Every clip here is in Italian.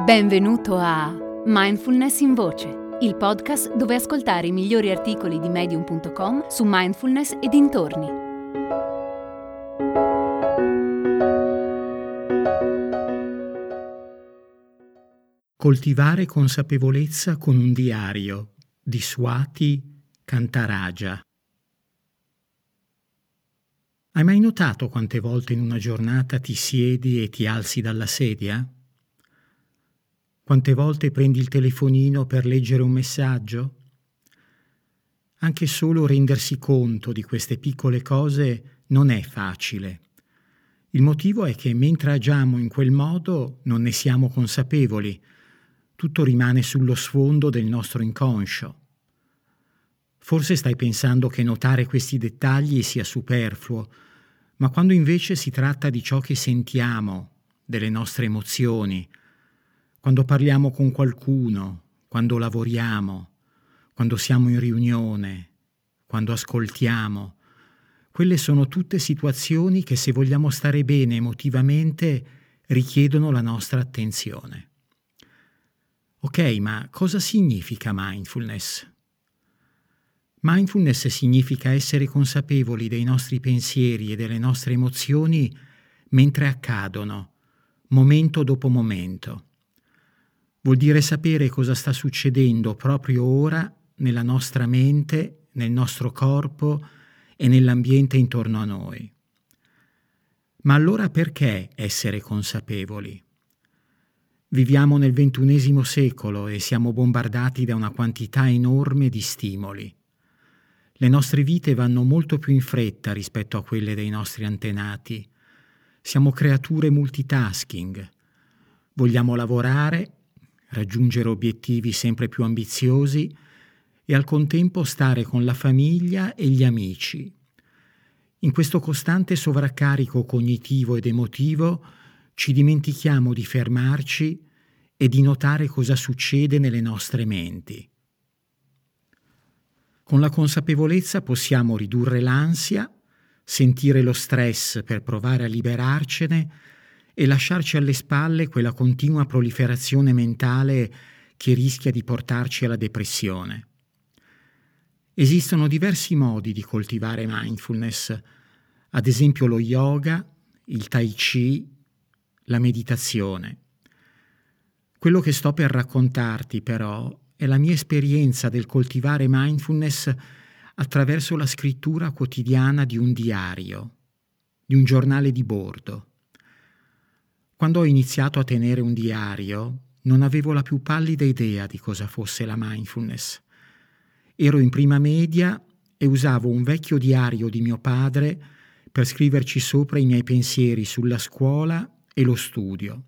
Benvenuto a Mindfulness in Voce, il podcast dove ascoltare i migliori articoli di Medium.com su mindfulness e dintorni. Coltivare consapevolezza con un diario di Swati Kantaraja. Hai mai notato quante volte in una giornata ti siedi e ti alzi dalla sedia? Quante volte prendi il telefonino per leggere un messaggio? Anche solo rendersi conto di queste piccole cose non è facile. Il motivo è che mentre agiamo in quel modo non ne siamo consapevoli. Tutto rimane sullo sfondo del nostro inconscio. Forse stai pensando che notare questi dettagli sia superfluo, ma quando invece si tratta di ciò che sentiamo, delle nostre emozioni, quando parliamo con qualcuno, quando lavoriamo, quando siamo in riunione, quando ascoltiamo, quelle sono tutte situazioni che, se vogliamo stare bene emotivamente, richiedono la nostra attenzione. Ok, ma cosa significa mindfulness? Mindfulness significa essere consapevoli dei nostri pensieri e delle nostre emozioni mentre accadono, momento dopo momento. Vuol dire sapere cosa sta succedendo proprio ora nella nostra mente, nel nostro corpo e nell'ambiente intorno a noi. Ma allora perché essere consapevoli? Viviamo nel XXI secolo e siamo bombardati da una quantità enorme di stimoli. Le nostre vite vanno molto più in fretta rispetto a quelle dei nostri antenati. Siamo creature multitasking. Vogliamo lavorare, raggiungere obiettivi sempre più ambiziosi e al contempo stare con la famiglia e gli amici. In questo costante sovraccarico cognitivo ed emotivo ci dimentichiamo di fermarci e di notare cosa succede nelle nostre menti. Con la consapevolezza possiamo ridurre l'ansia, sentire lo stress per provare a liberarcene e lasciarci alle spalle quella continua proliferazione mentale che rischia di portarci alla depressione. Esistono diversi modi di coltivare mindfulness, ad esempio lo yoga, il tai chi, la meditazione. Quello che sto per raccontarti, però, è la mia esperienza del coltivare mindfulness attraverso la scrittura quotidiana di un diario, di un giornale di bordo. Quando ho iniziato a tenere un diario, non avevo la più pallida idea di cosa fosse la mindfulness. Ero in prima media e usavo un vecchio diario di mio padre per scriverci sopra i miei pensieri sulla scuola e lo studio.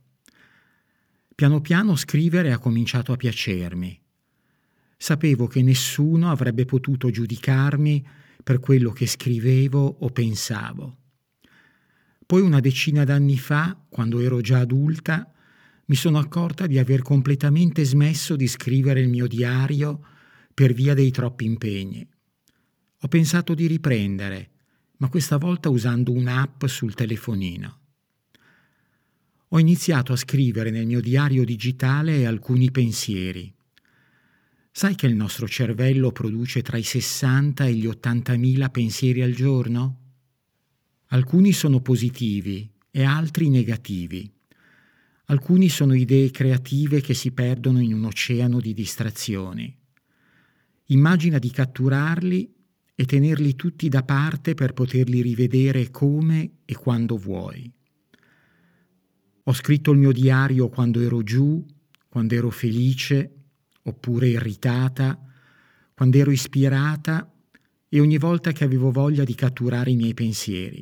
Piano piano scrivere ha cominciato a piacermi. Sapevo che nessuno avrebbe potuto giudicarmi per quello che scrivevo o pensavo. Poi una decina d'anni fa, quando ero già adulta, mi sono accorta di aver completamente smesso di scrivere il mio diario per via dei troppi impegni. Ho pensato di riprendere, ma questa volta usando un'app sul telefonino. Ho iniziato a scrivere nel mio diario digitale alcuni pensieri. Sai che il nostro cervello produce tra i 60 e gli 80.000 pensieri al giorno? Alcuni sono positivi e altri negativi. Alcuni sono idee creative che si perdono in un oceano di distrazioni. Immagina di catturarli e tenerli tutti da parte per poterli rivedere come e quando vuoi. Ho scritto il mio diario quando ero giù, quando ero felice, oppure irritata, quando ero ispirata e ogni volta che avevo voglia di catturare i miei pensieri.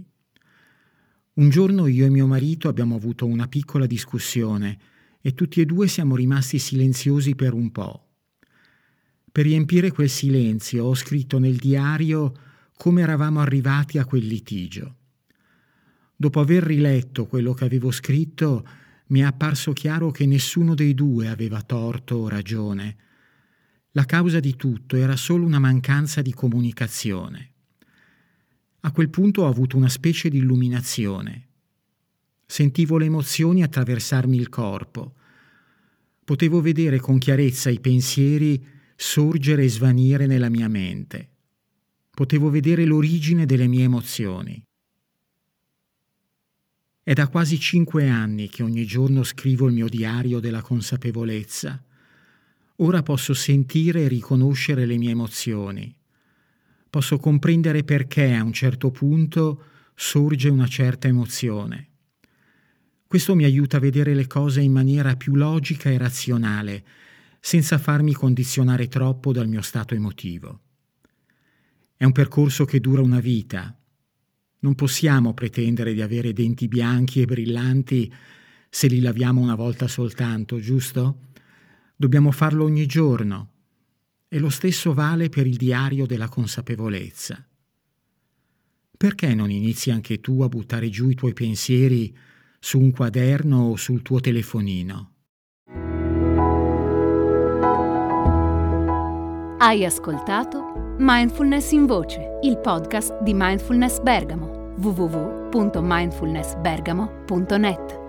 Un giorno io e mio marito abbiamo avuto una piccola discussione e tutti e due siamo rimasti silenziosi per un po'. Per riempire quel silenzio ho scritto nel diario come eravamo arrivati a quel litigio. Dopo aver riletto quello che avevo scritto, mi è apparso chiaro che nessuno dei due aveva torto o ragione. La causa di tutto era solo una mancanza di comunicazione. A quel punto ho avuto una specie di illuminazione. Sentivo le emozioni attraversarmi il corpo. Potevo vedere con chiarezza i pensieri sorgere e svanire nella mia mente. Potevo vedere l'origine delle mie emozioni. È da quasi 5 anni che ogni giorno scrivo il mio diario della consapevolezza. Ora posso sentire e riconoscere le mie emozioni. Posso comprendere perché a un certo punto sorge una certa emozione. Questo mi aiuta a vedere le cose in maniera più logica e razionale, senza farmi condizionare troppo dal mio stato emotivo. È un percorso che dura una vita. Non possiamo pretendere di avere denti bianchi e brillanti se li laviamo una volta soltanto, giusto? Dobbiamo farlo ogni giorno. E lo stesso vale per il diario della consapevolezza. Perché non inizi anche tu a buttare giù i tuoi pensieri su un quaderno o sul tuo telefonino? Hai ascoltato Mindfulness in Voce, il podcast di Mindfulness Bergamo, www.mindfulnessbergamo.net.